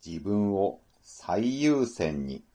自分を最優先に。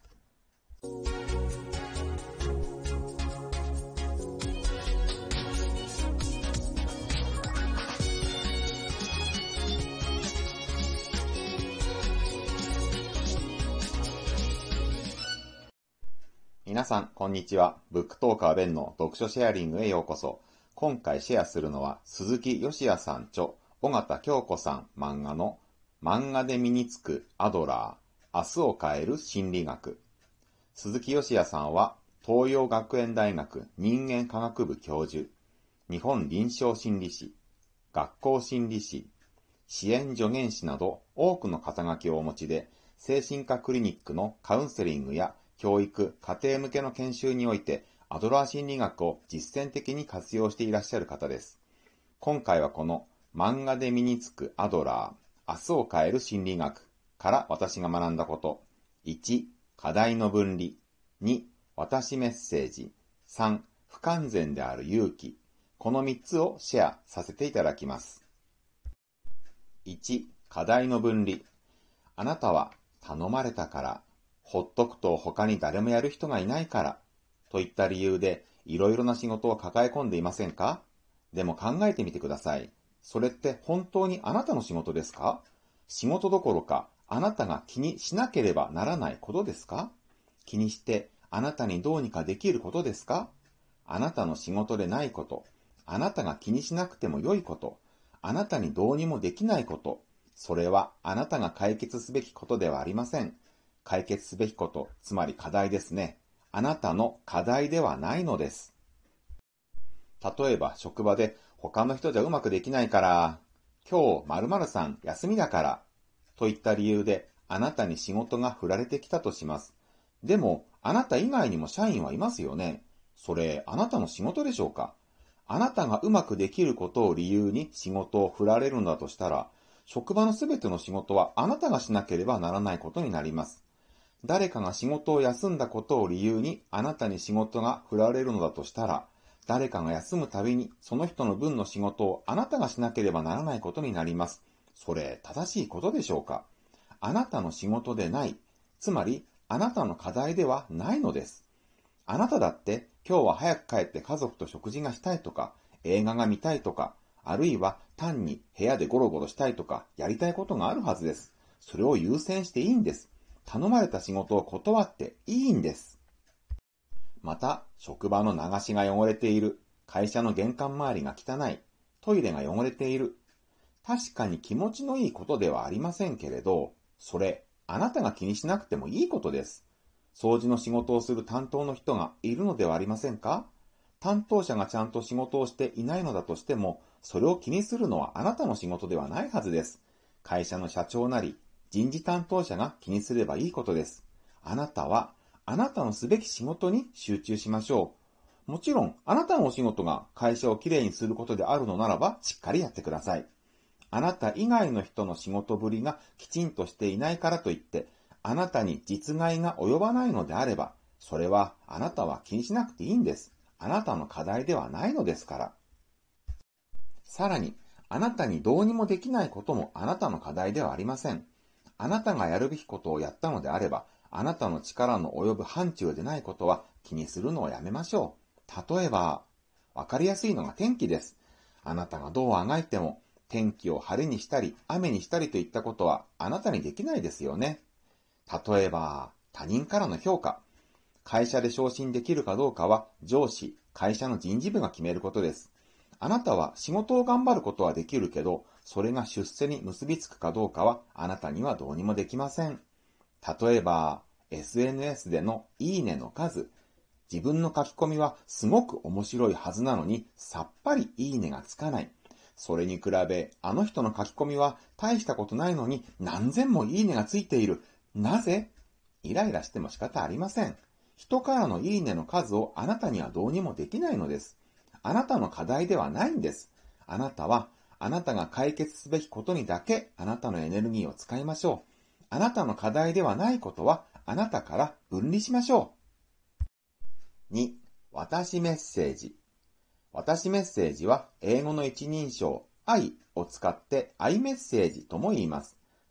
皆さん、こんにちは。ブックトーカーベンの読書シェアリングへようこそ。今回シェアするのは、鈴木よしやさん著、尾形京子さん漫画の漫画で身につくアドラー、明日を変える心理学。鈴木よしやさんは、東洋学園大学人間科学部教授、日本臨床心理士、学校心理士、支援助言師など多くの肩書きをお持ちで、精神科クリニックのカウンセリングや教育、家庭向けの研修において、アドラー心理学を実践的に活用していらっしゃる方です。今回はこの漫画で身につくアドラー、明日を変える心理学から私が学んだこと。1、課題の分離。2、私メッセージ。3、不完全である勇気。この3つをシェアさせていただきます。1、課題の分離。あなたは頼まれたから、ほっとくと他に誰もやる人がいないから、といった理由でいろいろな仕事を抱え込んでいませんか？でも考えてみてください。それって本当にあなたの仕事ですか？仕事どころか、あなたが気にしなければならないことですか？気にしてあなたにどうにかできることですか？あなたの仕事でないこと、あなたが気にしなくても良いこと、あなたにどうにもできないこと、それはあなたが解決すべきことではありません。解決すべきこと、つまり課題ですね。あなたの課題ではないのです。例えば職場で他の人じゃうまくできないから、今日〇〇さん休みだから、といった理由であなたに仕事が振られてきたとします。でも、あなた以外にも社員はいますよね。それ、あなたの仕事でしょうか？あなたがうまくできることを理由に仕事を振られるのだとしたら、職場のすべての仕事はあなたがしなければならないことになります。誰かが仕事を休んだことを理由にあなたに仕事が振られるのだとしたら、誰かが休むたびにその人の分の仕事をあなたがしなければならないことになります。それ、正しいことでしょうか？あなたの仕事でない。つまり、あなたの課題ではないのです。あなただって今日は早く帰って家族と食事がしたいとか、映画が見たいとか、あるいは単に部屋でゴロゴロしたいとか、やりたいことがあるはずです。それを優先していいんです。頼まれた仕事を断っていいんです。また、職場の流しが汚れている、会社の玄関周りが汚い、トイレが汚れている。確かに気持ちのいいことではありませんけれど、それ、あなたが気にしなくてもいいことです。掃除の仕事をする担当の人がいるのではありませんか？担当者がちゃんと仕事をしていないのだとしても、それを気にするのはあなたの仕事ではないはずです。会社の社長なり、人事担当者が気にすればいいことです。あなたは、あなたのすべき仕事に集中しましょう。もちろん、あなたのお仕事が会社をきれいにすることであるのならば、しっかりやってください。あなた以外の人の仕事ぶりがきちんとしていないからといって、あなたに実害が及ばないのであれば、それはあなたは気にしなくていいんです。あなたの課題ではないのですから。さらに、あなたにどうにもできないこともあなたの課題ではありません。あなたがやるべきことをやったのであれば、あなたの力の及ぶ範疇でないことは気にするのをやめましょう。例えば、わかりやすいのが天気です。あなたがどうあがいても、天気を晴れにしたり、雨にしたりといったことはあなたにできないですよね。例えば、他人からの評価。会社で昇進できるかどうかは上司、会社の人事部が決めることです。あなたは仕事を頑張ることはできるけど、それが出世に結びつくかどうかはあなたにはどうにもできません。例えば、SNS でのいいねの数。自分の書き込みはすごく面白いはずなのに、さっぱりいいねがつかない。それに比べ、あの人の書き込みは大したことないのに何千もいいねがついている。なぜ？イライラしても仕方ありません。人からのいいねの数をあなたにはどうにもできないのです。あなたの課題ではないんです。あなたは、あなたが解決すべきことにだけあなたのエネルギーを使いましょう。あなたの課題ではないことはあなたから分離しましょう。2、私メッセージ。私メッセージは英語の一人称 I を使って I メッセージとも言います。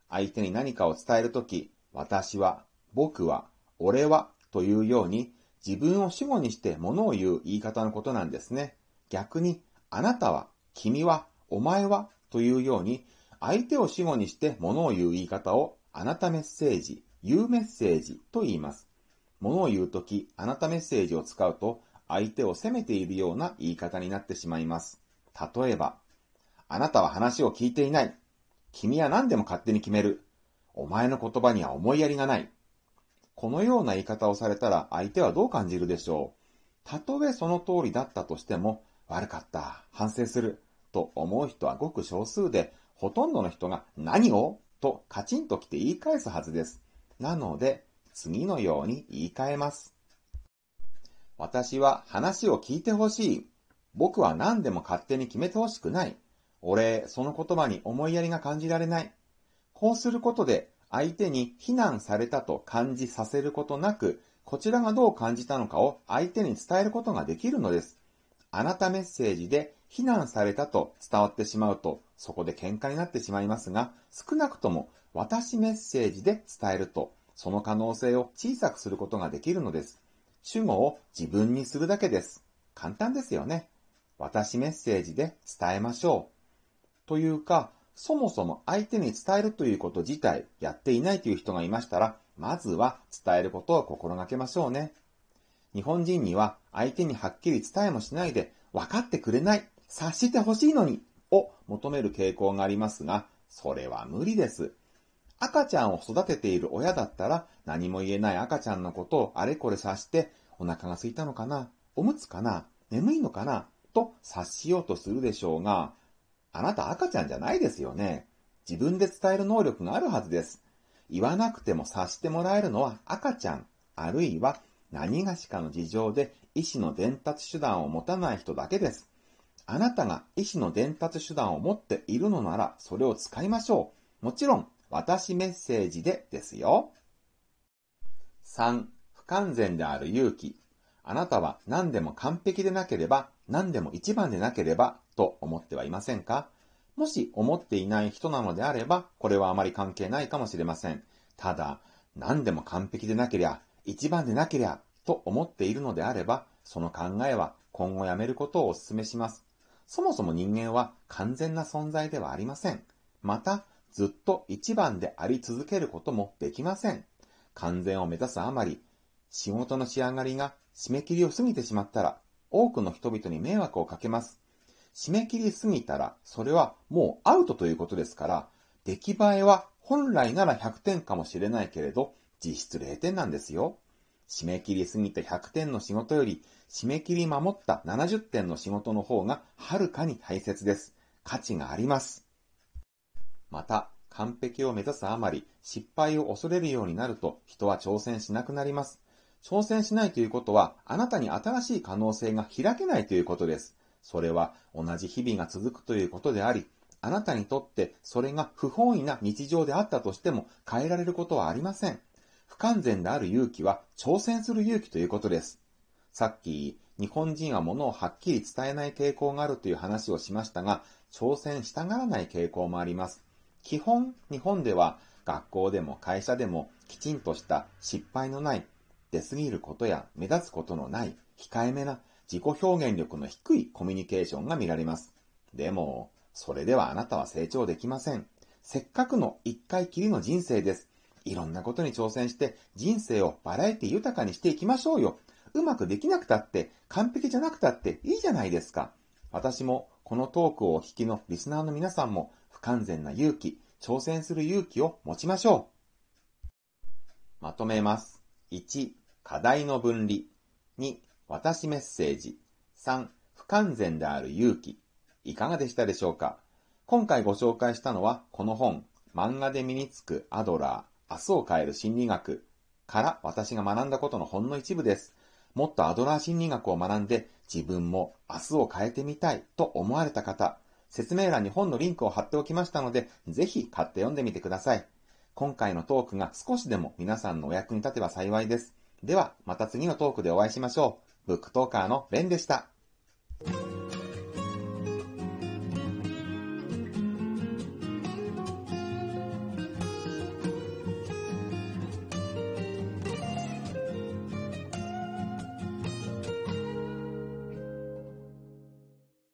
相手に何かを伝えるとき、私は、僕は、俺はというように自分を主語にして物を言う言い方のことなんですね。逆に、あなたは、君は、お前はというように相手を主語にして物を言う言い方をあなたメッセージ、言うメッセージと言います。物を言うとき、あなたメッセージを使うと相手を責めているような言い方になってしまいます。例えば、あなたは話を聞いていない。君は何でも勝手に決める。お前の言葉には思いやりがない。このような言い方をされたら相手はどう感じるでしょう。たとえその通りだったとしても、悪かった、反省する、と思う人はごく少数で、ほとんどの人が何をとカチンときて言い返すはずです。なので、次のように言い換えます。私は話を聞いてほしい。僕は何でも勝手に決めてほしくない。俺、その言葉に思いやりが感じられない。こうすることで相手に非難されたと感じさせることなく、こちらがどう感じたのかを相手に伝えることができるのです。あなたメッセージで非難されたと伝わってしまうと、そこで喧嘩になってしまいますが、少なくとも私メッセージで伝えると、その可能性を小さくすることができるのです。主語を自分にするだけです。簡単ですよね。私メッセージで伝えましょう。というか、そもそも相手に伝えるということ自体やっていないという人がいましたら、まずは伝えることを心がけましょうね。日本人には相手にはっきり伝えもしないで分かってくれない、察してほしいのにを求める傾向がありますが、それは無理です。赤ちゃんを育てている親だったら何も言えない赤ちゃんのことをあれこれ察してお腹が空いたのかな、おむつかな、眠いのかなと察しようとするでしょうが、あなた赤ちゃんじゃないですよね。自分で伝える能力があるはずです。言わなくても察してもらえるのは赤ちゃん、あるいは何がしかの事情で意思の伝達手段を持たない人だけです。あなたが意思の伝達手段を持っているのならそれを使いましょう。もちろん、私メッセージでですよ。3. 不完全である勇気。あなたは何でも完璧でなければ、何でも一番でなければと思ってはいませんか？もし思っていない人なのであれば、これはあまり関係ないかもしれません。ただ、何でも完璧でなけりゃ、一番でなけりゃと思っているのであれば、その考えは今後やめることをお勧めします。そもそも人間は完全な存在ではありません。また、ずっと一番であり続けることもできません。完全を目指すあまり、仕事の仕上がりが締め切りを過ぎてしまったら、多くの人々に迷惑をかけます。締め切り過ぎたら、それはもうアウトということですから、出来栄えは本来なら100点かもしれないけれど、実質0点なんですよ。締め切り過ぎて100点の仕事より、締め切り守った70点の仕事の方がはるかに大切です。価値があります。また、完璧を目指すあまり、失敗を恐れるようになると、人は挑戦しなくなります。挑戦しないということは、あなたに新しい可能性が開けないということです。それは、同じ日々が続くということであり、あなたにとってそれが不本意な日常であったとしても変えられることはありません。不完全である勇気は挑戦する勇気ということです。さっき、日本人は物をはっきり伝えない傾向があるという話をしましたが、挑戦したがらない傾向もあります。基本、日本では学校でも会社でもきちんとした失敗のない、出過ぎることや目立つことのない、控えめな自己表現力の低いコミュニケーションが見られます。でも、それではあなたは成長できません。せっかくの一回きりの人生です。いろんなことに挑戦して人生をバラエティ豊かにしていきましょうよ。うまくできなくたって、完璧じゃなくたっていいじゃないですか。私もこのトークをお聞きのリスナーの皆さんも不完全な勇気、挑戦する勇気を持ちましょう。まとめます。1、課題の分離。2、私メッセージ。3、不完全である勇気。いかがでしたでしょうか？今回ご紹介したのはこの本、漫画で身につくアドラー、明日を変える心理学から私が学んだことのほんの一部です。もっとアドラー心理学を学んで自分も明日を変えてみたいと思われた方、説明欄に本のリンクを貼っておきましたので、ぜひ買って読んでみてください。今回のトークが少しでも皆さんのお役に立てば幸いです。では、また次のトークでお会いしましょう。ブックトーカーのベンでした。